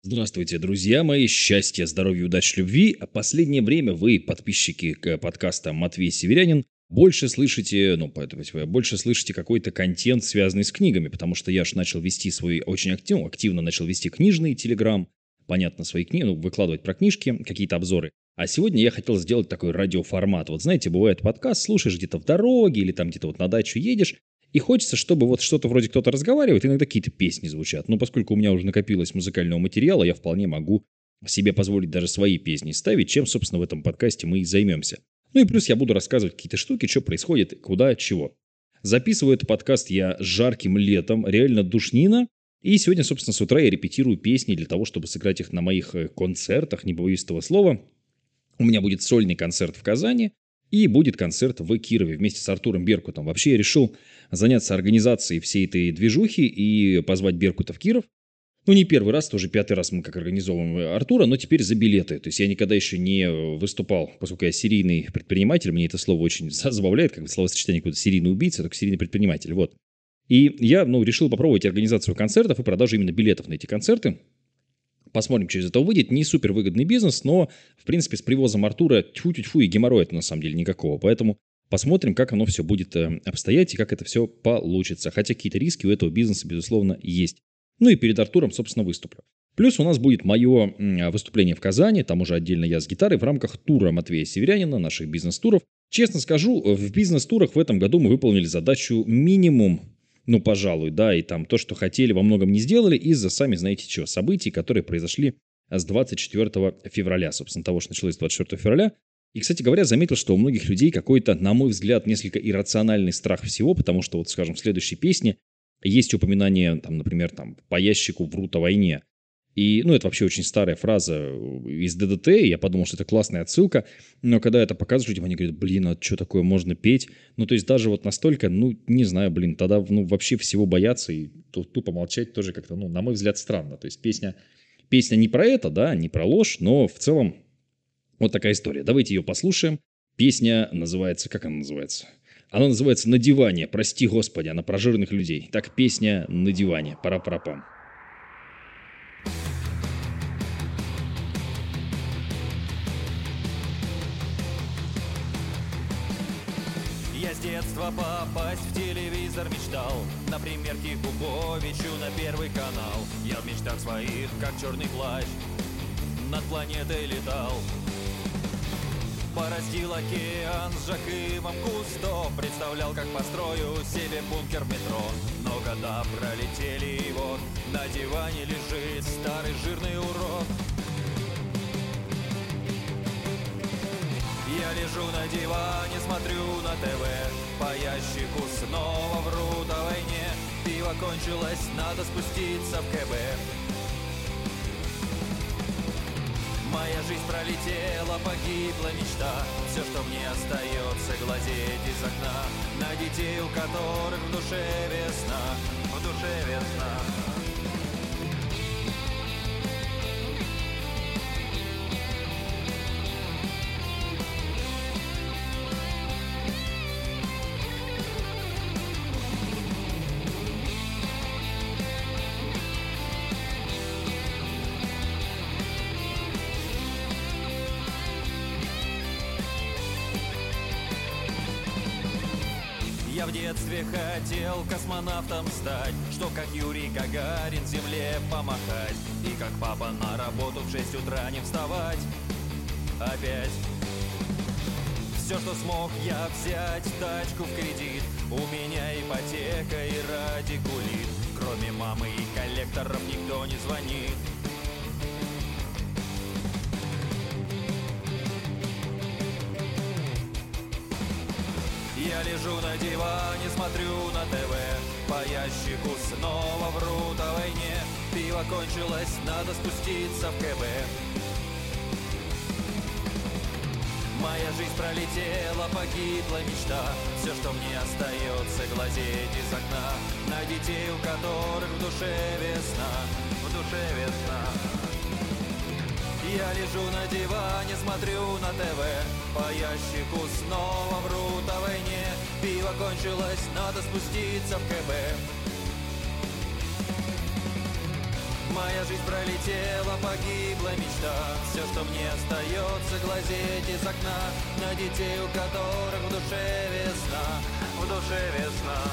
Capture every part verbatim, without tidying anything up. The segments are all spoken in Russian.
Здравствуйте, друзья мои! Счастья, здоровья, удачи, любви! А последнее время вы, подписчики к подкаста «Матвей Северянин», больше слышите, ну, поэтому вы больше слышите какой-то контент, связанный с книгами, потому что я ж начал вести свой, очень активно, активно начал вести книжный телеграм, понятно, свои книги, ну, выкладывать про книжки, какие-то обзоры. А сегодня я хотел сделать такой радиоформат. Вот знаете, бывает подкаст, слушаешь где-то в дороге или там где-то вот на дачу едешь, и хочется, чтобы вот что-то вроде кто-то разговаривает, иногда какие-то песни звучат. Но поскольку у меня уже накопилось музыкального материала, я вполне могу себе позволить даже свои песни ставить, чем, собственно, в этом подкасте мы и займемся. Ну и плюс я буду рассказывать какие-то штуки, что происходит, куда, чего. Записываю этот подкаст я жарким летом, реально душнина. И сегодня, собственно, с утра я репетирую песни для того, чтобы сыграть их на моих концертах, не боюсь этого слова. У меня будет сольный концерт в Казани. И будет концерт в Кирове вместе с Артуром Беркутом. Вообще я решил заняться организацией всей этой движухи и позвать Беркута в Киров. Ну, не первый раз, тоже пятый раз мы как организовываем Артура, но теперь за билеты. То есть я никогда еще не выступал, поскольку я серийный предприниматель, мне это слово очень забавляет, как бы словосочетание какой-то серийный убийца, только серийный предприниматель, вот. И я, ну, решил попробовать организацию концертов и продажу именно билетов на эти концерты. Посмотрим, что из этого выйдет. Не супер выгодный бизнес, но, в принципе, с привозом Артура тьфу-тьфу и геморроя на самом деле никакого. Поэтому посмотрим, как оно все будет э, обстоять и как это все получится. Хотя какие-то риски у этого бизнеса, безусловно, есть. Ну и перед Артуром, собственно, выступлю. Плюс у нас будет мое э, выступление в Казани. Там уже отдельно я с гитарой в рамках тура Матвея Северянина, наших бизнес-туров. Честно скажу, в бизнес-турах в этом году мы выполнили задачу минимум. Ну, пожалуй, да, и там то, что хотели, во многом не сделали из-за, сами знаете чего, событий, которые произошли с двадцать четвёртого февраля, собственно, того, что началось с двадцать четвёртого февраля. И, кстати говоря, заметил, что у многих людей какой-то, на мой взгляд, несколько иррациональный страх всего, потому что, вот, скажем, в следующей песне есть упоминание, там, например, там, по ящику врут о войне. И, ну, это вообще очень старая фраза из ДДТ, и я подумал, что это классная отсылка, но когда это показывают людям, они говорят, блин, а что такое можно петь? Ну, то есть даже вот настолько, ну, не знаю, блин, тогда, ну, вообще всего бояться и тупо молчать тоже как-то, ну, на мой взгляд, странно. То есть песня, песня не про это, да, не про ложь, но в целом вот такая история. Давайте ее послушаем. Песня называется, как она называется? Она называется «На диване», прости господи, она про жирных людей. Так, песня «На диване», пара-пара-пам. Я с детства попасть в телевизор мечтал, например, к Якубовичу на Первый канал. Я в мечтах своих, как черный плащ, над планетой летал. Бороздил океан с Жакимом Кусто, представлял, как построю себе бункер в метро. Но года пролетели, и вот на диване лежит старый жирный урод. Я лежу на диване, смотрю на ТВ, по ящику снова врут о войне. Пиво кончилось, надо спуститься в КБ. Моя жизнь пролетела, погибла мечта. Все, что мне остается, глазеть из окна на детей, у которых в душе весна, в душе весна. Я в детстве хотел космонавтом стать, что как Юрий Гагарин земле помахать. И как папа на работу в шесть утра не вставать опять. Все, что смог я взять, тачку в кредит. У меня ипотека и радикулит. Кроме мамы и коллекторов никто не звонит. Я лежу на диване, смотрю на ТВ, по ящику снова врут о войне. Пиво кончилось, надо спуститься в КБ. Моя жизнь пролетела, погибла мечта. Все, что мне остается, глазеть из окна на детей, у которых в душе весна, в душе весна. Я лежу на диване, смотрю на ТВ, по ящику снова врут о войне. Пиво кончилось, надо спуститься в КБ. Моя жизнь пролетела, погибла мечта. Все, что мне остается, глазеть из окна на детей, у которых в душе весна, в душе весна.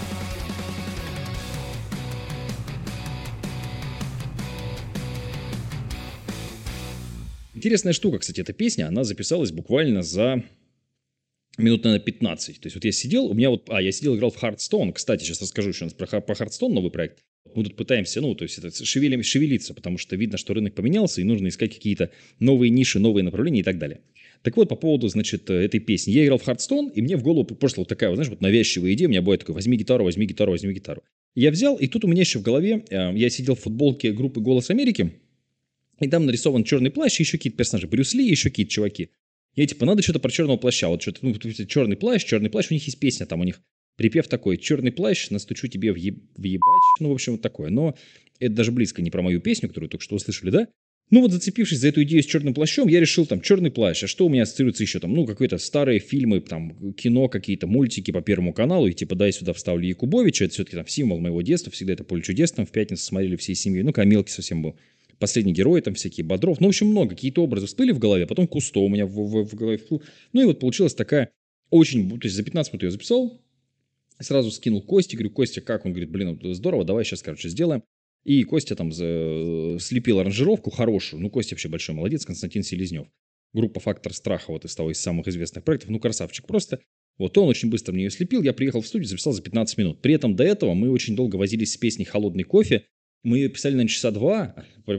Интересная штука, кстати, эта песня, она записалась буквально за минут, наверное, пятнадцать. То есть вот я сидел, у меня вот... А, я сидел, играл в Hearthstone. Кстати, сейчас расскажу еще раз про, про Hearthstone, новый проект. Мы тут пытаемся, ну, то есть это шевелим, шевелиться, потому что видно, что рынок поменялся, и нужно искать какие-то новые ниши, новые направления и так далее. Так вот, по поводу, значит, этой песни. Я играл в Hearthstone, и мне в голову пришла вот такая, вот, знаешь, вот навязчивая идея. У меня бывает такой: возьми гитару, возьми гитару, возьми гитару. И я взял, и тут у меня еще в голове, э, я сидел в футболке группы «Голос Америки», и там нарисован черный плащ, и еще какие-то персонажи. Брюс Ли, еще какие-то чуваки. Я типа, надо что-то про черного плаща. Вот что-то, ну, черный плащ, черный плащ. У них есть песня, там у них припев такой: черный плащ, настучу тебе в, еб... в ебач. Ну, в общем, вот такое. Но это даже близко не про мою песню, которую только что услышали, да? Ну, вот зацепившись за эту идею с черным плащом, я решил, там, черный плащ. А что у меня ассоциируется еще там? Ну, какие-то старые фильмы, там, кино, какие-то мультики по Первому каналу. И типа, да, я сюда вставлю Якубовича. Это все-таки там символ моего детства. Всегда это «Поле чудес» там в пятницу смотрели всей семьей. Ну, когда мелкий совсем был. «Последний герой», там всякие Бодров. Ну, в общем, много. Какие-то образы всплыли в голове, потом Кусто у меня в, в, в голове всплыл. Ну, и вот получилась такая очень... То есть за пятнадцать минут я записал, сразу скинул Косте, говорю: Костя, как? Он говорит: блин, здорово, давай сейчас, короче, сделаем. И Костя там за... слепил аранжировку хорошую. Ну, Костя вообще большой молодец, Константин Селезнев. Группа «Фактор страха», вот из того, из самых известных проектов. Ну, красавчик просто. Вот он очень быстро мне ее слепил. Я приехал в студию, записал за пятнадцать минут. При этом до этого мы очень долго возились с песней «Холодный кофе». Мы ее писали на часа два,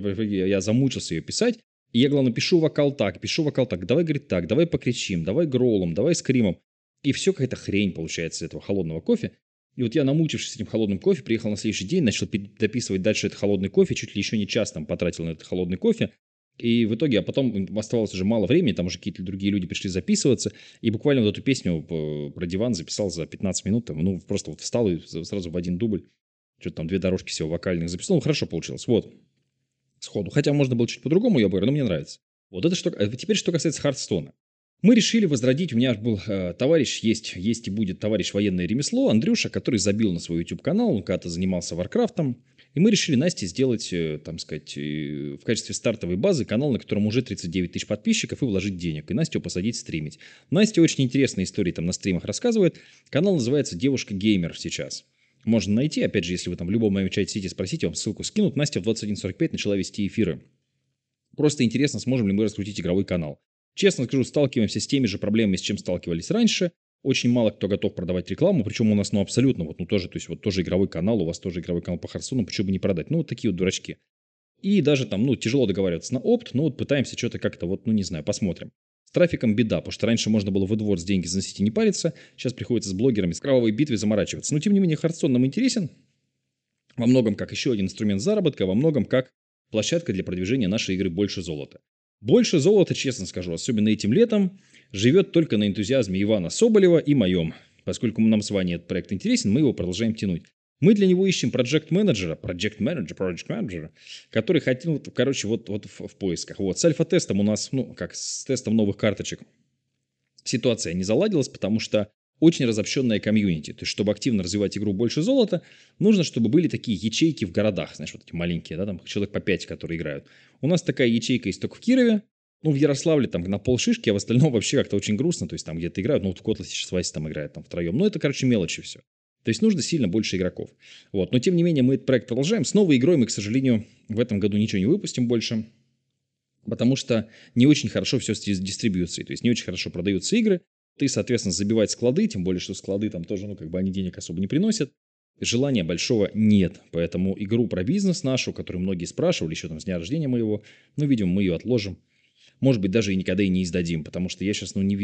я замучился ее писать, и я, главное, пишу вокал так, пишу вокал так, давай, говорит, так, давай покричим, давай гролом, давай скримом. И все какая-то хрень получается этого холодного кофе. И вот я, намучившись этим холодным кофе, приехал на следующий день, начал дописывать дальше этот холодный кофе, чуть ли еще не час там потратил на этот холодный кофе. И в итоге, а потом оставалось уже мало времени, там уже какие-то другие люди пришли записываться, и буквально вот эту песню про диван записал за пятнадцать минут, там, ну, просто вот встал и сразу в один дубль. Что-то там две дорожки всего вокальных записал. Ну, хорошо получилось. Вот. Сходу. Хотя можно было чуть по-другому, я бы говорю, но мне нравится. Вот это что... Теперь, что касается Hearthstone. Мы решили возродить... У меня был э, товарищ, есть, есть и будет товарищ военное ремесло, Андрюша, который забил на свой YouTube-канал. Он когда-то занимался Варкрафтом. И мы решили Насте сделать, э, там сказать, э, в качестве стартовой базы канал, на котором уже тридцать девять тысяч подписчиков, и вложить денег. И Настю посадить стримить. Настя очень интересные истории там на стримах рассказывает. Канал называется «Девушка-геймер» сейчас. Можно найти, опять же, если вы там в любом моем чате сидите, спросите, вам ссылку скинут. Настя в двадцать один сорок пять начала вести эфиры. Просто интересно, сможем ли мы раскрутить игровой канал. Честно скажу, сталкиваемся с теми же проблемами, с чем сталкивались раньше. Очень мало кто готов продавать рекламу, причем у нас, ну, абсолютно, вот, ну, тоже, то есть, вот, тоже игровой канал, у вас тоже игровой канал по Hearthstone, почему бы не продать? Ну, вот такие вот дурачки. И даже там, ну, тяжело договариваться на опт, но вот пытаемся что-то как-то, вот, ну, не знаю, посмотрим. С трафиком беда, потому что раньше можно было в AdWords деньги заносить и не париться. Сейчас приходится с блогерами с кровавой битвой заморачиваться. Но, тем не менее, Hearthstone нам интересен. Во многом как еще один инструмент заработка, во многом как площадка для продвижения нашей игры «Больше золота». «Больше золота», честно скажу, особенно этим летом, живет только на энтузиазме Ивана Соболева и моем. Поскольку нам с Ваней этот проект интересен, мы его продолжаем тянуть. Мы для него ищем проект-менеджера, проект-менеджера, проект-менеджера, который хотел, ну, короче, вот, вот в, в поисках. Вот, с альфа-тестом у нас, ну, как с тестом новых карточек, ситуация не заладилась, потому что очень разобщенная комьюнити. То есть, чтобы активно развивать игру «Больше золота», нужно, чтобы были такие ячейки в городах, знаешь, вот эти маленькие, да, там человек по пять, которые играют. У нас такая ячейка есть только в Кирове, ну, в Ярославле там на полшишки, а в остальном вообще как-то очень грустно, то есть, там где-то играют, ну, вот в Котласе сейчас Вася там играет там втроем, но это, короче, мелочи все. То есть нужно сильно больше игроков. Вот. Но тем не менее мы этот проект продолжаем. С новой игрой мы, к сожалению, в этом году ничего не выпустим больше, потому что не очень хорошо все с дистрибьюцией. То есть не очень хорошо продаются игры. Ты, соответственно, забивать склады, тем более, что склады там тоже, ну, как бы они денег особо не приносят. Желания большого нет. Поэтому игру про бизнес нашу, которую многие спрашивали еще там с дня рождения моего, ну, видимо, мы ее отложим. Может быть, даже и никогда и не издадим, потому что я сейчас, ну, не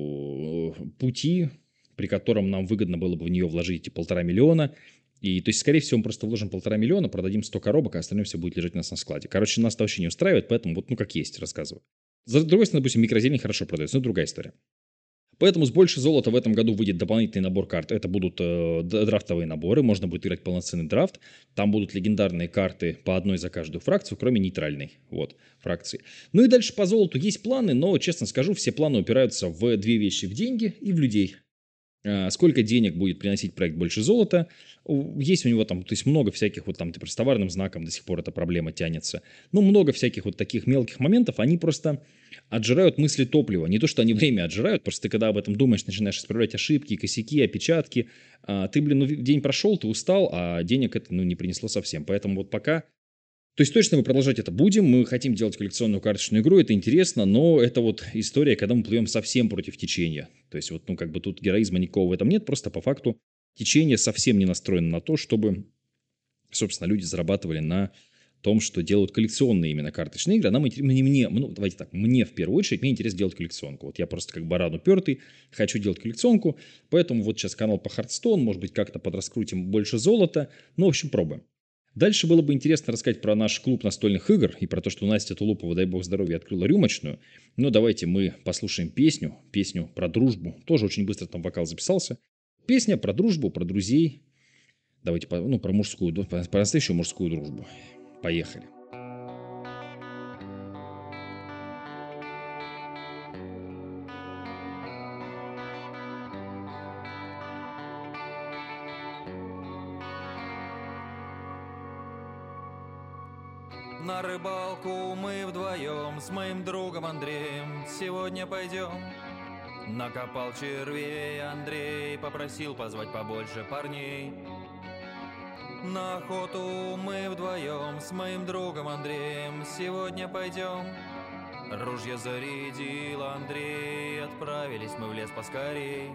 вижу пути, при котором нам выгодно было бы в нее вложить эти полтора миллиона. И, то есть, скорее всего, мы просто вложим полтора миллиона, продадим сто коробок, а остальное все будет лежать у нас на складе. Короче, нас это вообще не устраивает, поэтому вот, ну, как есть, рассказываю. С другой стороны, допустим, микрозелень хорошо продается, но другая история. Поэтому с «Больше золота» в этом году выйдет дополнительный набор карт. Это будут э, драфтовые наборы, можно будет играть полноценный драфт. Там будут легендарные карты по одной за каждую фракцию, кроме нейтральной вот, фракции. Ну и дальше по золоту есть планы, но, честно скажу, все планы упираются в две вещи: в деньги и в людей. А, Сколько денег будет приносить проект «Больше золота». У- Есть у него там, то есть много всяких вот там, например, с товарным знаком до сих пор эта проблема тянется. Ну, много всяких вот таких мелких моментов, они просто отжирают мысли топлива. Не то, что они время отжирают, просто ты когда об этом думаешь, начинаешь исправлять ошибки, косяки, опечатки. а, Ты, блин, ну день прошел, ты устал, а денег это ну, не принесло совсем. Поэтому вот пока... То есть точно мы продолжать это будем, мы хотим делать коллекционную карточную игру, это интересно, но это вот история, когда мы плывем совсем против течения. То есть вот, ну, как бы тут героизма никакого в этом нет, просто по факту течение совсем не настроено на то, чтобы, собственно, люди зарабатывали на том, что делают коллекционные именно карточные игры. А нам, интерес- мне, мне, ну, давайте так, мне в первую очередь, мне интересно делать коллекционку. Вот я просто как баран упертый, хочу делать коллекционку, поэтому вот сейчас канал по Hearthstone, может быть, как-то подраскрутим больше золота, ну, в общем, пробуем. Дальше было бы интересно рассказать про наш клуб настольных игр и про то, что Настя Тулупова, дай бог здоровья, открыла рюмочную. Но давайте мы послушаем песню, песню про дружбу. Тоже очень быстро там вокал записался. Песня про дружбу, про друзей. Давайте, по- ну, про мужскую, ду- про про настоящую мужскую дружбу. Поехали. На рыбалку мы вдвоем с моим другом Андреем сегодня пойдем. Накопал червей Андрей, попросил позвать побольше парней. На охоту мы вдвоем с моим другом Андреем сегодня пойдем. Ружья зарядил Андрей, отправились мы в лес поскорей.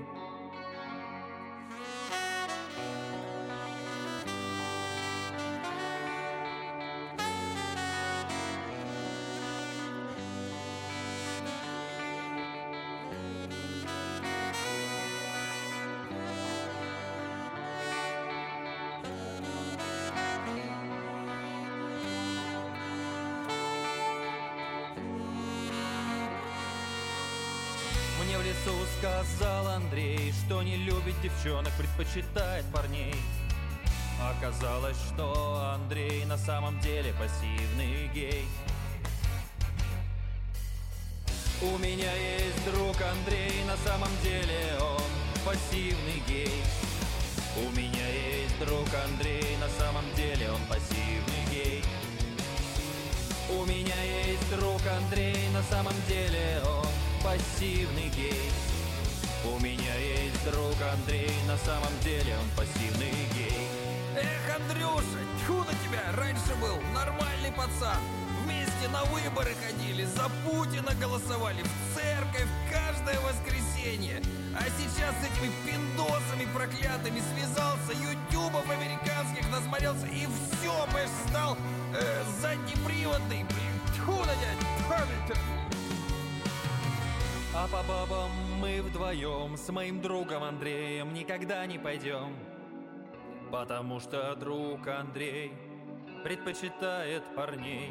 Мне в лесу сказал Андрей, что не любит девчонок, предпочитает парней. Оказалось, что Андрей на самом деле пассивный гей. У меня есть друг Андрей, на самом деле он пассивный гей. У меня есть друг Андрей, на самом деле он пассивный гей. У меня есть друг Андрей, на самом деле он пассивный гей. У меня есть друг Андрей, на самом деле он пассивный гей. Эх, Андрюша, тьфу на тебя, раньше был нормальный пацан. Вместе на выборы ходили, за Путина голосовали, в церковь каждое воскресенье. А сейчас с этими пиндосами проклятыми связался, ютубов американских насмотрелся и все, понимаешь, стал э, заднеприводный, блин, тьфу на тебя, тьфу. А по бабам мы вдвоем с моим другом Андреем никогда не пойдем. Потому что друг Андрей предпочитает парней.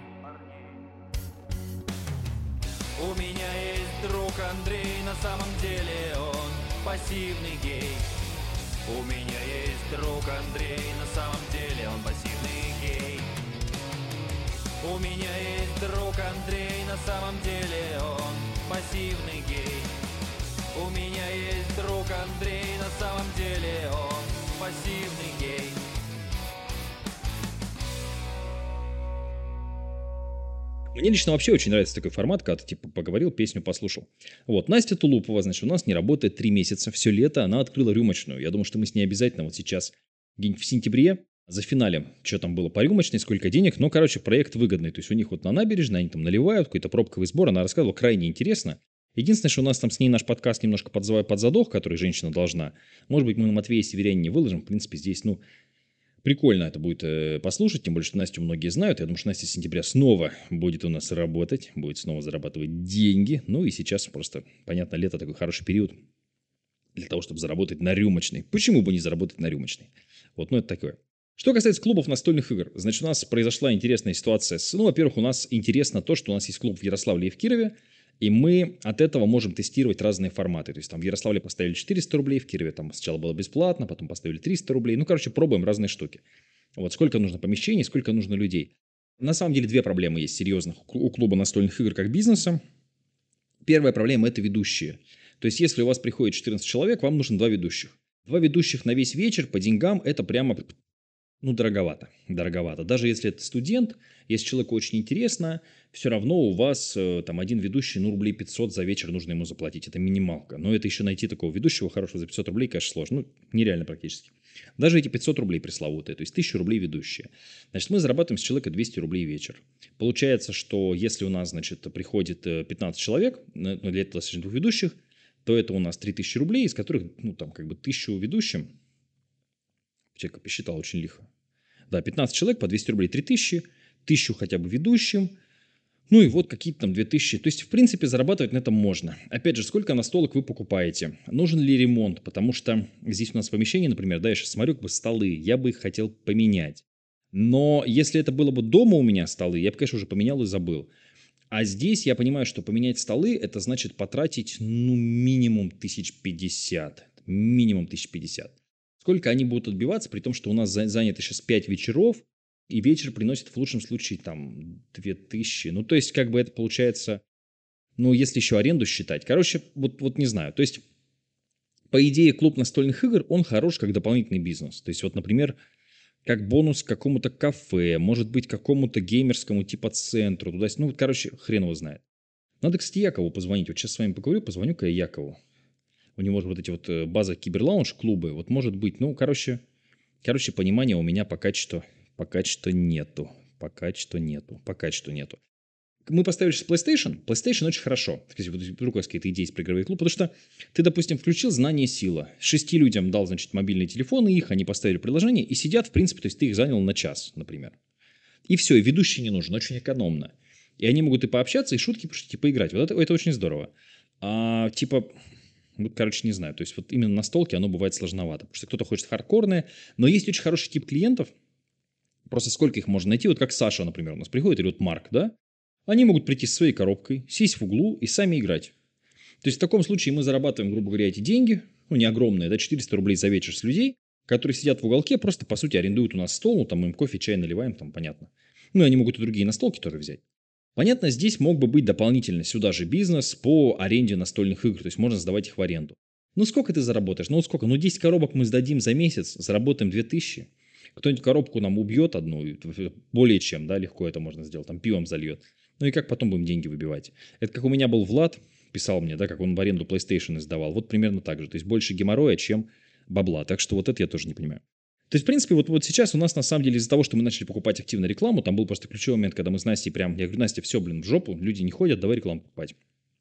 У меня есть друг Андрей, на самом деле он пассивный гей. У меня есть друг Андрей, на самом деле он пассивный гей. У меня есть друг Андрей, на самом деле он пассивный гей. У меня есть друг Андрей, на самом деле он пассивный гей. Мне лично вообще очень нравится такой формат, когда ты типа поговорил, песню послушал. Вот, Настя Тулупова, значит, у нас не работает три месяца, все лето она открыла рюмочную. Я думаю, что мы с ней обязательно вот сейчас, где-нибудь в сентябре, за финалем, что там было по рюмочной, сколько денег. Ну, короче, проект выгодный. То есть у них вот на набережной, они там наливают, какой-то пробковый сбор. Она рассказывала, крайне интересно. Единственное, что у нас там с ней наш подкаст немножко подзывает под задох, который женщина должна. Может быть, мы на Матвея Северянина не выложим. В принципе, здесь, ну, прикольно это будет э, послушать. Тем более, что Настю многие знают. Я думаю, что Настя с сентября снова будет у нас работать. Будет снова зарабатывать деньги. Ну, и сейчас просто, понятно, лето такой хороший период для того, чтобы заработать на рюмочной. Почему бы не заработать на рюмочной? Вот, ну, это такое. Что касается клубов настольных игр, значит, у нас произошла интересная ситуация. С, ну, во-первых, у нас интересно то, что у нас есть клуб в Ярославле и в Кирове, и мы от этого можем тестировать разные форматы. То есть там в Ярославле поставили четыреста рублей, в Кирове там сначала было бесплатно, потом поставили триста рублей. Ну, короче, пробуем разные штуки. Вот сколько нужно помещений, сколько нужно людей. На самом деле две проблемы есть серьезных у клуба настольных игр как бизнеса. Первая проблема – это ведущие. То есть, если у вас приходит четырнадцать человек, вам нужно два ведущих. Два ведущих на весь вечер по деньгам – это прямо, ну, дороговато. Дороговато. Даже если это студент, если человеку очень интересно, все равно у вас там один ведущий, ну, рублей пятьсот за вечер нужно ему заплатить. Это минималка. Но это еще найти такого ведущего хорошего за пятьсот рублей, конечно, сложно. Ну, нереально практически. Даже эти пятьсот рублей пресловутые, то есть тысяча рублей ведущие. Значит, мы зарабатываем с человека двести рублей в вечер. Получается, что если у нас, значит, приходит пятнадцать человек, ну, для этого достаточно двух ведущих, то это у нас три тысячи рублей, из которых, ну, там, как бы тысячу ведущим. Человек посчитал очень лихо. Да, пятнадцать человек по двести рублей, три тысячи, тысячу хотя бы ведущим. Ну и вот какие-то там две тысячи. То есть, в принципе, зарабатывать на этом можно. Опять же, сколько настолок вы покупаете? Нужен ли ремонт? Потому что здесь у нас помещение, например, да, я сейчас смотрю, как бы столы, я бы их хотел поменять. Но если это было бы дома у меня столы, я бы, конечно, уже поменял и забыл. А здесь я понимаю, что поменять столы, это значит потратить, ну, минимум тысяч пятьдесят. Минимум тысяч пятьдесят. Сколько они будут отбиваться, при том, что у нас занято сейчас пять вечеров, и вечер приносит в лучшем случае там две тысячи. Ну, то есть, как бы это получается, ну, если еще аренду считать. Короче, вот, вот не знаю. То есть, по идее, клуб настольных игр, он хорош как дополнительный бизнес. То есть, вот, например, как бонус к какому-то кафе, может быть, какому-то геймерскому типа центру. Туда, ну, короче, хрен его знает. Надо, кстати, Якову позвонить. Вот сейчас с вами поговорю, позвоню-ка я Якову. У него вот эти вот база киберлаунж клубы. Вот может быть, ну, короче, короче, понимания у меня пока что, пока что нету. Пока что нету. Пока что нету. Мы поставили сейчас PlayStation. PlayStation очень хорошо. Кстати, вот вдруг у вас какие-то идеи с проигровый клуб. Потому что ты, допустим, включил знание сила. Шести людям дал, значит, мобильные телефоны их, они поставили приложение и сидят, в принципе, то есть ты их занял на час, например. И все, и ведущий не нужен, очень экономно. И они могут и пообщаться, и шутки пошутить, и поиграть. Вот это, это очень здорово. А, типа... Вот, короче, не знаю. То есть, вот именно настолки оно бывает сложновато. Потому что кто-то хочет хардкорное. Но есть очень хороший тип клиентов. Просто сколько их можно найти. Вот как Саша, например, у нас приходит. Или вот Марк, да? Они могут прийти с своей коробкой, сесть в углу и сами играть. То есть, в таком случае мы зарабатываем, грубо говоря, эти деньги. Ну, не огромные, да, четыреста рублей за вечер с людей, которые сидят в уголке, просто, по сути, арендуют у нас стол. Ну, там мы им кофе, чай наливаем, там, понятно. Ну, и они могут и другие настолки тоже взять. Понятно, здесь мог бы быть дополнительно сюда же бизнес по аренде настольных игр. То есть, можно сдавать их в аренду. Ну, сколько ты заработаешь? Ну, сколько? Ну, десять коробок мы сдадим за месяц, заработаем две тысячи. Кто-нибудь коробку нам убьет одну, более чем, да, легко это можно сделать. Там пивом зальет. Ну, и как потом будем деньги выбивать? Это как у меня был Влад, писал мне, да, как он в аренду PlayStation сдавал. Вот примерно так же. То есть, больше геморроя, чем бабла. Так что вот это я тоже не понимаю. То есть, в принципе, вот, вот сейчас у нас, на самом деле, из-за того, что мы начали покупать активно рекламу, там был просто ключевой момент, когда мы с Настей прям, я говорю, Настя, все, блин, в жопу, люди не ходят, давай рекламу покупать.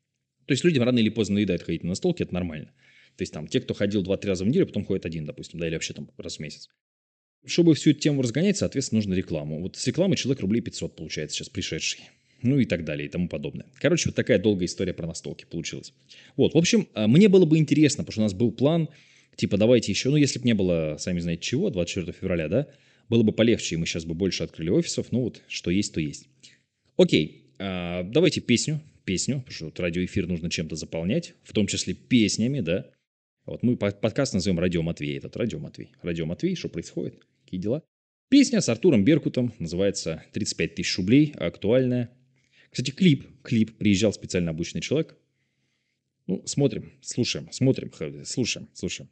То есть, людям рано или поздно надоедает ходить на настолки, это нормально. То есть, там, те, кто ходил два-три раза в неделю, потом ходит один, допустим, да, или вообще там раз в месяц. Чтобы всю эту тему разгонять, соответственно, нужно рекламу. Вот с рекламы человек рублей пятьсот получается сейчас пришедший. Ну и так далее, и тому подобное. Короче, вот такая долгая история про настолки получилась. Вот, в общем, мне было бы интересно, потому что у нас был план... Типа, давайте еще, ну, если бы не было, сами знаете чего, двадцать четвёртого февраля, да, было бы полегче, и мы сейчас бы больше открыли офисов, ну, вот, что есть, то есть. Окей, а, давайте песню, песню, потому что вот радиоэфир нужно чем-то заполнять, в том числе песнями, да. Вот мы подкаст назовем «Радио Матвей», этот «Радио Матвей». «Радио Матвей», что происходит, какие дела. Песня с Артуром Беркутом, называется «тридцать пять тысяч рублей», актуальная. Кстати, клип, клип, приезжал специально обученный человек. Ну, смотрим, слушаем, смотрим, слушаем, слушаем.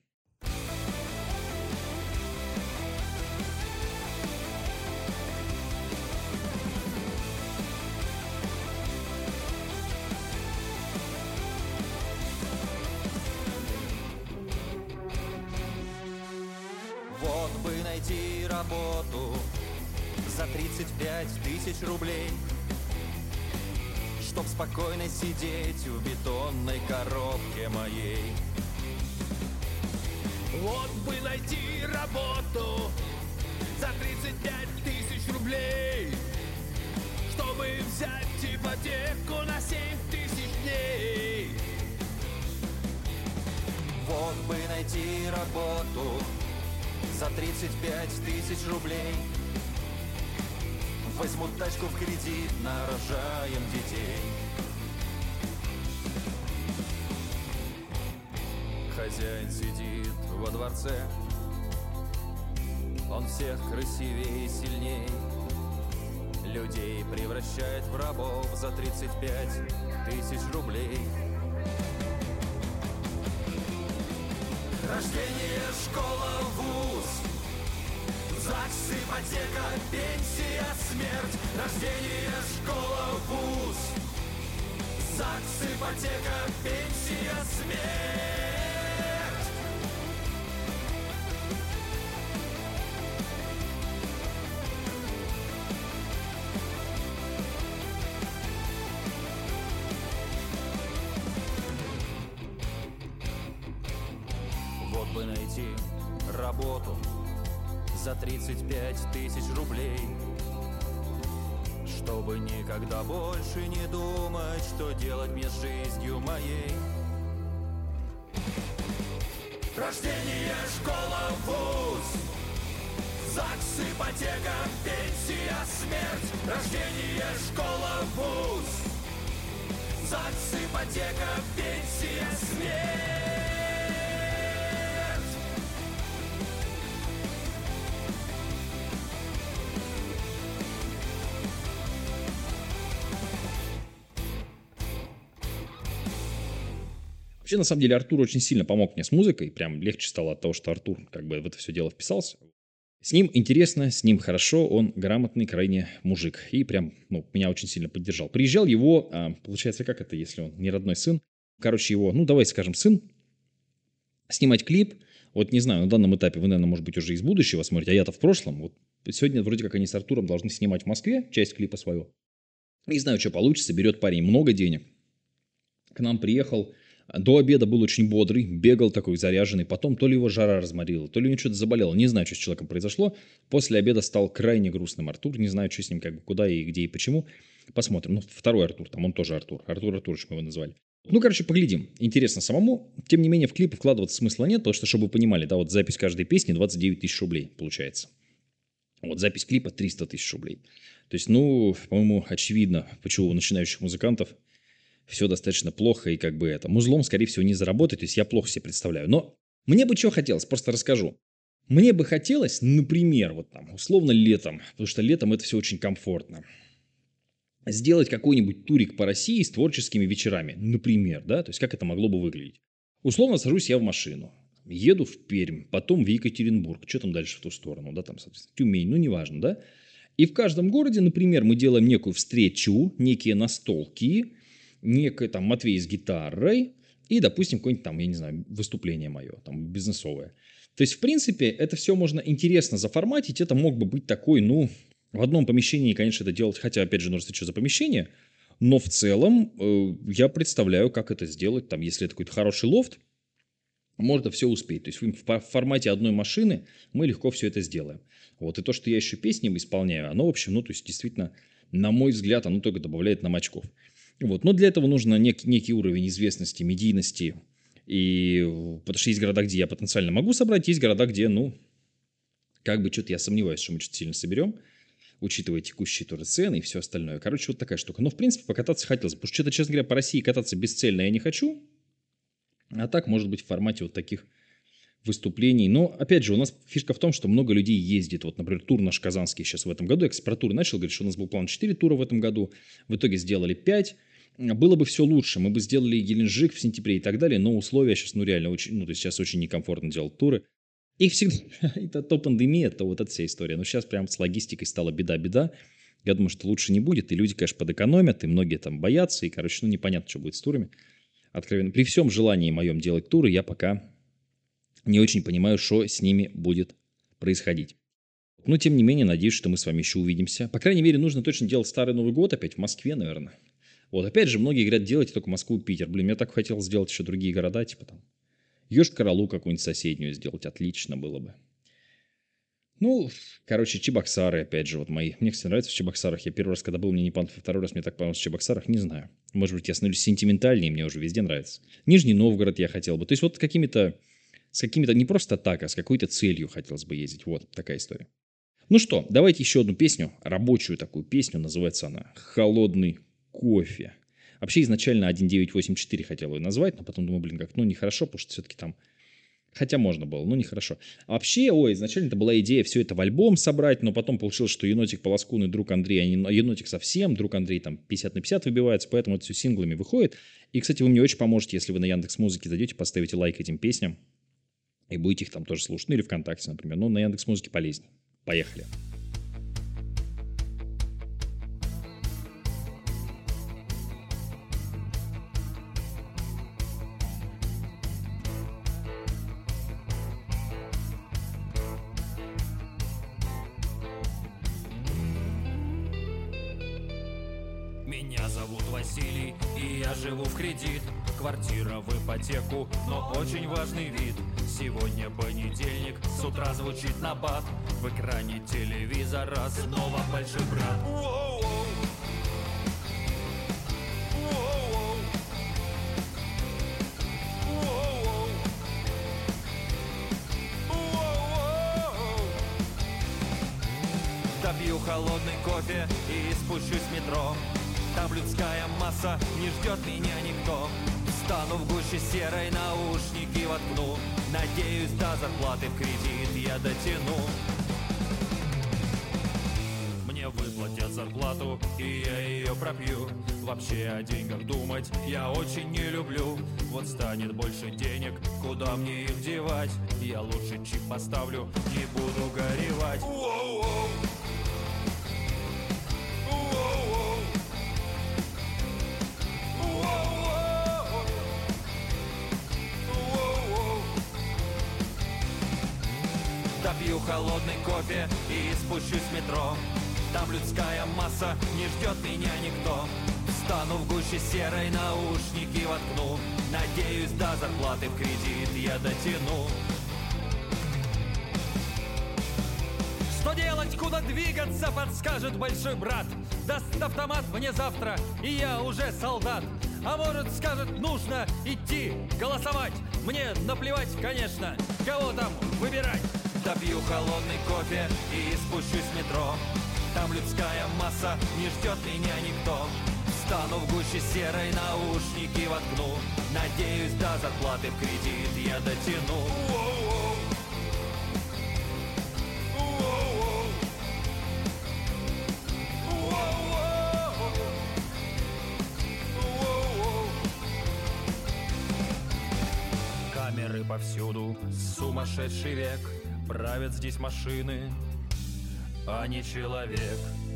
Вот бы найти работу за тридцать пять тысяч рублей, чтоб спокойно сидеть в бетонной коробке моей. Вот бы найти работу за тридцать пять тысяч рублей, чтобы взять ипотеку на семь тысяч дней. Вот бы найти работу за тридцать пять тысяч рублей, возьму тачку в кредит, нарожаем детей. Хозяин сидит во дворце, он всех красивее и сильней, людей превращает в рабов за тридцать пять тысяч рублей. Рождение, школа, вуз, ЗАГС, ипотека, пенсия, смерть. Рождение, школа, вуз, ЗАГС, ипотека, пенсия, смерть. Вот бы найти работу за тридцать пять тысяч рублей, чтобы никогда больше не думать, что делать мне с жизнью моей. Рождение, школа, вуз, ЗАГС, ипотека, пенсия, смерть. Рождение, школа, вуз, ЗАГС, ипотека, пенсия, смерть. Вообще, на самом деле, Артур очень сильно помог мне с музыкой. Прям легче стало от того, что Артур как бы в это все дело вписался. С ним интересно, с ним хорошо, он грамотный, крайне мужик. И прям, ну, меня очень сильно поддержал. Приезжал его, а, получается, как это, если он не родной сын? Короче, его, ну, давайте скажем, сын, снимать клип. Вот не знаю, на данном этапе вы, наверное, может быть, уже из будущего смотрите, а я-то в прошлом. Вот сегодня вроде как они с Артуром должны снимать в Москве часть клипа своего. Не знаю, что получится, берет парень много денег. К нам приехал. До обеда был очень бодрый, бегал такой заряженный. Потом то ли его жара разморила, то ли у него что-то заболело. Не знаю, что с человеком произошло. После обеда стал крайне грустным Артур. Не знаю, что с ним, как бы, куда и где и почему. Посмотрим. Ну, второй Артур, там он тоже Артур. Артур Артурович мы его назвали. Ну, короче, поглядим. Интересно самому. Тем не менее, в клипы вкладываться смысла нет, потому что, чтобы вы понимали, да, вот запись каждой песни двадцать девять тысяч рублей получается. Вот запись клипа триста тысяч рублей. То есть, ну, по-моему, очевидно, почему у начинающих музыкантов все достаточно плохо и как бы это. Музлом, скорее всего, не заработать, то есть я плохо себе представляю. Но мне бы чего хотелось, просто расскажу. Мне бы хотелось, например, вот там, условно летом, потому что летом это все очень комфортно, сделать какой-нибудь турик по России с творческими вечерами, например, да, то есть как это могло бы выглядеть. Условно сажусь я в машину, еду в Пермь, потом в Екатеринбург, что там дальше в ту сторону, да, там, соответственно, Тюмень, ну, неважно, да. И в каждом городе, например, мы делаем некую встречу, некие настолки, некое там Матвей с гитарой и, допустим, какое-нибудь там, я не знаю, выступление мое, там, бизнесовое. То есть, в принципе, это все можно интересно заформатить. Это мог бы быть такой, ну, в одном помещении, конечно, это делать, хотя, опять же, нужно сказать, что за помещение, но в целом э, я представляю, как это сделать, там, если это какой-то хороший лофт, можно все успеть. То есть, в формате одной машины мы легко все это сделаем. Вот, и то, что я еще песни исполняю, оно, в общем, ну, то есть, действительно, на мой взгляд, оно только добавляет нам очков. Вот. Но для этого нужно нек- некий уровень известности, медийности. И, потому что есть города, где я потенциально могу собрать, есть города, где, ну, как бы что-то я сомневаюсь, что мы что-то сильно соберем, учитывая текущие тоже цены и все остальное. Короче, вот такая штука. Но, в принципе, покататься хотелось. Потому что что-то, честно говоря, по России кататься бесцельно я не хочу. А так, может быть, в формате вот таких выступлений. Но, опять же, у нас фишка в том, что много людей ездит. Вот, например, тур наш казанский сейчас в этом году. Я, кстати, про тур начал говорить, что у нас был план четыре тура в этом году. В итоге сделали пять. Было бы все лучше. Мы бы сделали Геленджик в сентябре и так далее. Но условия сейчас, ну, реально, очень, ну, то есть сейчас очень некомфортно делать туры. И всегда, это то пандемия, то вот эта вся история. Но сейчас прям с логистикой стала беда-беда. Я думаю, что лучше не будет. И люди, конечно, подэкономят, и многие там боятся. И, короче, ну, непонятно, что будет с турами. Откровенно. При всем желании моем делать туры, я пока не очень понимаю, что с ними будет происходить. Но, тем не менее, надеюсь, что мы с вами еще увидимся. По крайней мере, нужно точно делать Старый Новый год опять в Москве, наверное. Вот, опять же, многие говорят, делайте только Москву и Питер. Блин, я так хотел сделать еще другие города, типа там Йошкар-Олу какую-нибудь соседнюю сделать. Отлично было бы. Ну, короче, Чебоксары, опять же, вот мои. Мне, кстати, нравится в Чебоксарах. Я первый раз, когда был, мне не понравилось. Второй раз мне так понравилось в Чебоксарах, не знаю. Может быть, я становлюсь сентиментальнее, мне уже везде нравится. Нижний Новгород я хотел бы. То есть вот какими-то, с какими-то, не просто так, а с какой-то целью хотелось бы ездить. Вот такая история. Ну что, давайте еще одну песню, рабочую такую песню. Называется она «Холодный кофе». Вообще изначально один девять восемь четыре хотел ее назвать, но потом думаю, блин, как, ну, нехорошо, потому что все-таки там... Хотя можно было, но нехорошо. А вообще, ой, изначально это была идея все это в альбом собрать, но потом получилось, что Енотик Полоскун и Друг Андрей, они, Енотик совсем, Друг Андрей там пятьдесят на пятьдесят выбивается, поэтому это все синглами выходит. И, кстати, вы мне очень поможете, если вы на Яндекс.Музыке зайдете, поставите лайк этим песням. и будете их там тоже слушать. Ну или ВКонтакте, например. Ну, на Яндекс.Музыке полезнее. Поехали. Меня зовут Василий, и я живу в кредит. Квартира в ипотеку, но очень важный вид. Сегодня понедельник, с утра звучит набат. В экране телевизора снова большой брат. Воу-воу. Воу-воу. Воу-воу. Воу-воу. Допью холодный кофе и спущусь в метро. Там людская масса, не ждет меня никто. Встану в гуще серой, наушники воткну. Надеюсь, до зарплаты в кредит я дотяну. Мне выплатят зарплату, и я ее пропью. Вообще о деньгах думать я очень не люблю. Вот станет больше денег, куда мне их девать? Я лучше чип поставлю, не буду горевать. Воу-воу. Допью холодный кофе и спущусь в метро. Там людская масса, не ждет меня никто. Встану в гуще серой, наушники воткну. Надеюсь, до зарплаты в кредит я дотяну. Что делать, куда двигаться, подскажет большой брат. Даст автомат мне завтра, и я уже солдат. А может, скажет, нужно идти голосовать. Мне наплевать, конечно, кого там выбирать. Допью холодный кофе и спущусь в метро. Там людская масса, не ждет меня никто. Встану в гуще серой, наушники воткну. Надеюсь, до зарплаты в кредит я дотяну. Воу-воу. Воу-воу. Воу-воу. Воу-воу. Камеры повсюду, сумасшедший век. Правят здесь машины, а не человек.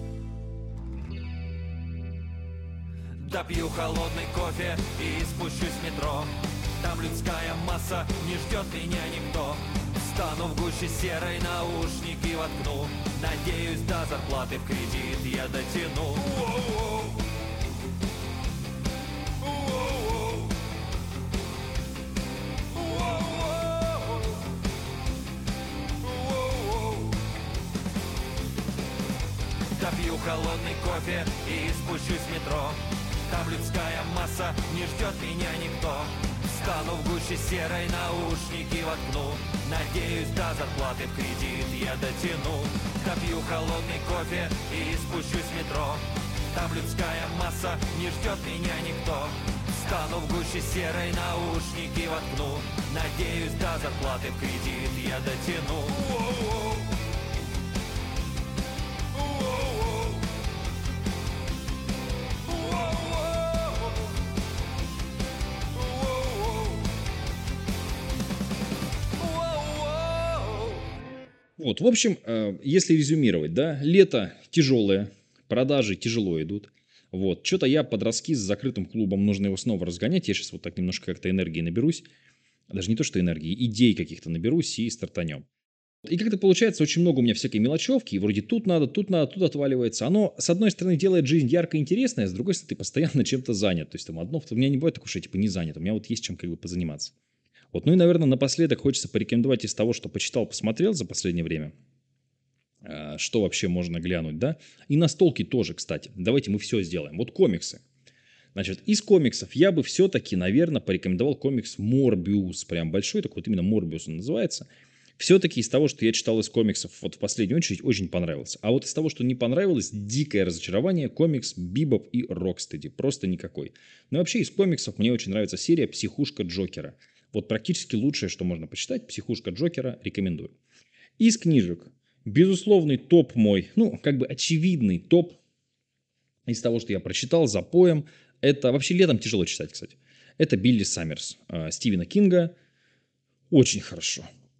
Допью холодный кофе и спущусь в метро. Там людская масса, не ждет меня никто. Встану в гуще серой, наушники воткну. Надеюсь, до зарплаты в кредит я дотяну. Воу-воу. Воу-воу. Воу-воу. Воу-воу. Допью холодный кофе и спущусь в метро. Там людская масса, не ждет меня никто. Встану в гуще серой, наушники воткну. Надеюсь, до зарплаты в кредит я дотяну. Допью холодный кофе и спущусь в метро. Там людская масса, не ждет меня никто. Встану в гуще серой, наушники воткну. Надеюсь, до зарплаты в кредит я дотяну. Воу-воу. Вот, в общем, э, если резюмировать, да, лето тяжелое, продажи тяжело идут. Вот, что-то я под раскис с закрытым клубом, нужно его снова разгонять. Я сейчас вот так немножко как-то энергии наберусь. Даже не то, что энергии, идей каких-то наберусь и стартанем. И как-то получается, очень много у меня всякой мелочевки, и вроде тут надо, тут надо, тут отваливается. Оно, с одной стороны, делает жизнь ярко интересной, а с другой стороны, ты постоянно чем-то занят. То есть, там одно, у меня не бывает такого, что я типа не занят, у меня вот есть чем как бы позаниматься. Вот, ну и, наверное, напоследок хочется порекомендовать из того, что почитал, посмотрел за последнее время, что вообще можно глянуть, да. И настолки тоже, кстати. Давайте мы все сделаем. Вот комиксы. Значит, из комиксов я бы все-таки, наверное, порекомендовал комикс «Морбиус». Прям большой такой, вот именно «Морбиус» он называется. Все-таки из того, что я читал из комиксов, вот в последнюю очередь, очень понравился. А вот из того, что не понравилось, дикое разочарование, комикс «Бибоп» и «Рокстеди». Просто никакой. Но вообще из комиксов мне очень нравится серия «Психушка Джокера». Вот практически лучшее, что можно почитать. «Психушка Джокера» рекомендую. Из книжек. Безусловный топ мой, ну, как бы очевидный топ из того, что я прочитал запоем. Это вообще летом тяжело читать, кстати. Это Билли Саммерс Стивена Кинга. Очень хорошо.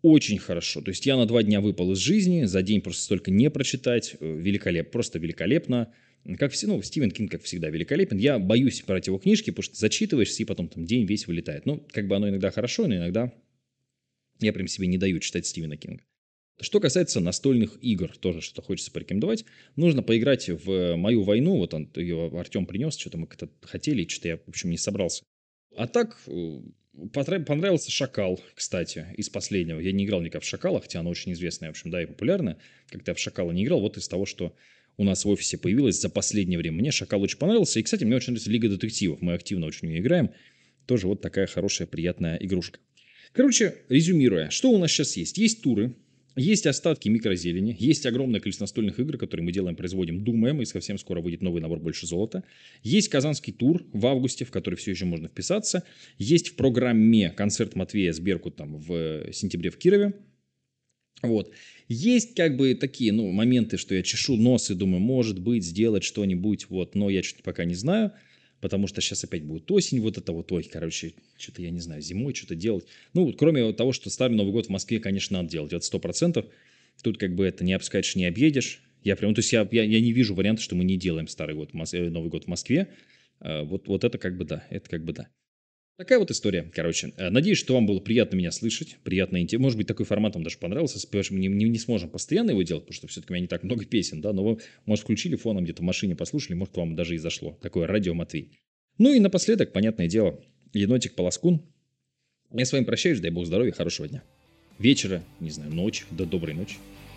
очень хорошо. То есть я на два дня выпал из жизни, за день просто столько не прочитать. Великолепно, просто великолепно. Как все, ну, Стивен Кинг, как всегда, великолепен. Я боюсь брать его книжки, потому что зачитываешься, и потом там день весь вылетает. Ну, как бы оно иногда хорошо, но иногда я прям себе не даю читать Стивена Кинга. Что касается настольных игр, тоже что-то хочется порекомендовать. Нужно поиграть в «Мою войну». Вот он, ее Артем принес, что-то мы как-то хотели, что-то я, в общем, не собрался. А так, понравился «Шакал», кстати, из последнего. Я не играл никак в «Шакала», хотя оно очень известное, в общем, да, и популярное. Как-то я в «Шакала» не играл. Вот из того, что у нас в офисе появилось за последнее время. Мне «Шакал» очень понравился. И, кстати, мне очень нравится «Лига детективов». Мы активно очень в нее играем. Тоже вот такая хорошая, приятная игрушка. Короче, резюмируя, что у нас сейчас есть? Есть туры. Есть остатки микрозелени, есть огромное количество настольных игр, которые мы делаем, производим, думаем, и совсем скоро выйдет новый набор «Больше золота». Есть казанский тур в августе, в который все еще можно вписаться. Есть в программе концерт Матвея с Беркутом в сентябре в Кирове. Вот. Есть как бы такие, ну, моменты, что я чешу нос и думаю, может быть, сделать что-нибудь, вот, но я что-то пока не знаю. Потому что сейчас опять будет осень, вот это вот, ой, короче, что-то, я не знаю, зимой что-то делать. Ну, кроме того, что Старый Новый год в Москве, конечно, надо делать, это сто процентов. Тут как бы это не обскачешь, не объедешь. Я прям, то есть я, я, я не вижу варианта, что мы не делаем Старый год в Москве, Новый год в Москве. Вот, вот это как бы да, это как бы да. Такая вот история, короче. Надеюсь, что вам было приятно меня слышать, приятно интересно. Может быть, такой формат вам даже понравился. Мы не, не, не сможем постоянно его делать, потому что все-таки у меня не так много песен, да, но вы, может, включили фоном где-то в машине, послушали, может, вам даже и зашло. Такое радио Матвей. Ну и напоследок, понятное дело, енотик Полоскун. Я с вами прощаюсь, дай бог здоровья, хорошего дня. Вечера, не знаю, ночи, да доброй ночи.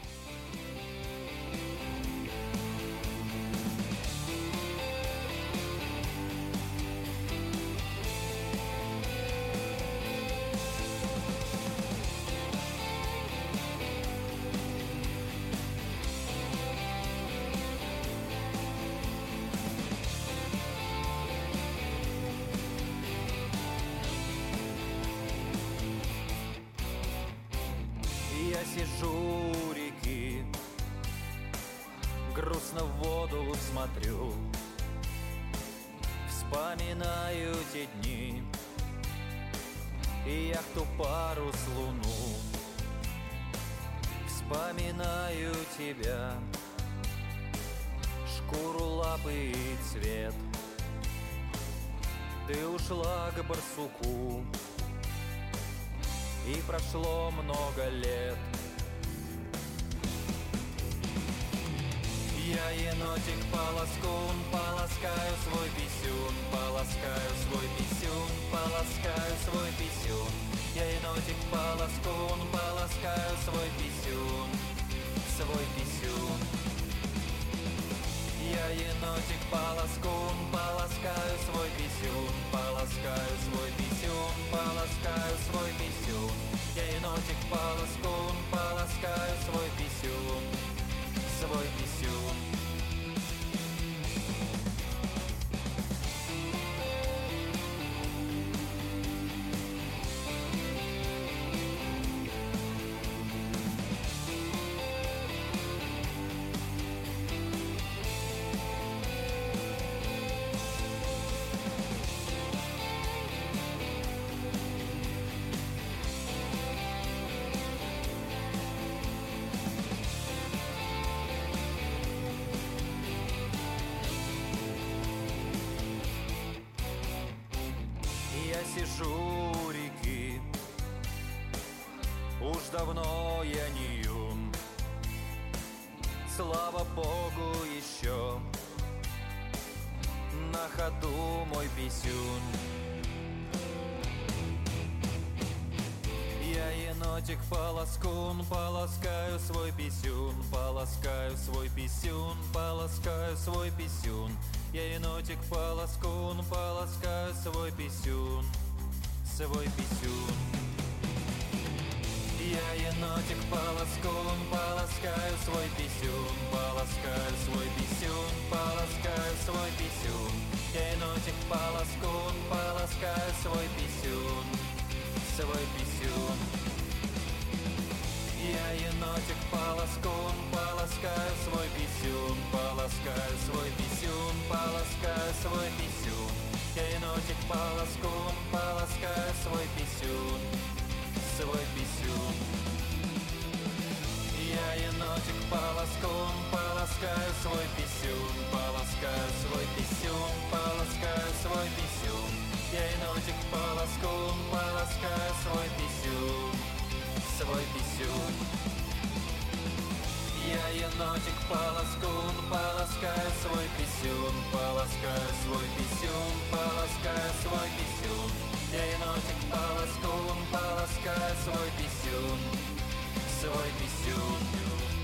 Я сижу у реки, грустно в воду смотрю, вспоминаю те дни и яхту, парус, луну. Вспоминаю тебя, шкуру, лапы и цвет. Ты ушла к барсуку, и прошло много лет. Я енотик Полоскун, полоскаю свой писюн, полоскаю свой писюн, полоскаю свой писюн. Я енотик Полоскун, полоскаю свой писюн, свой писюн. Я енотик Полоскун, полоскаю свой писюн, полоскаю свой писюн, полоскаю свой писюн. Я енотик Полоскун, полоскаю свой писюн, свой писюн. Я сижу у реки, уж давно я не юн. Слава Богу, еще на ходу мой писюн. Я енотик Полоскун, полоскаю свой писюн, полоскаю свой писюн, полоскаю свой писюн. Я енотик Полоскун, полоскаю свой писюн, свой писюн. Я енотик Полоскун, полоскаю свой писюн, полоскаю свой писюн, полоскаю свой писюн. Я енотик Полоскун, полоскаю свой писюн, свой писюн. Я енотик Полоскун, полоскаю свой писюн, полоскаю свой писюн, полоскаю свой писюн. Я енотик Полоскун, полоскаю свой писюн, свой писюн. Я енотик полоскун, полоскаю свой писюн, полоскаю свой писюн, полоскаю свой писюн. Я енотик полоскун, полоскаю свой писюн, свой писюн. Я енотик полоскун, полоскаю свой писюн, полоскаю свой писюн, полоскаю свой писюн. Я енотик полоскун, полоскаю свой писюн, свой писюн.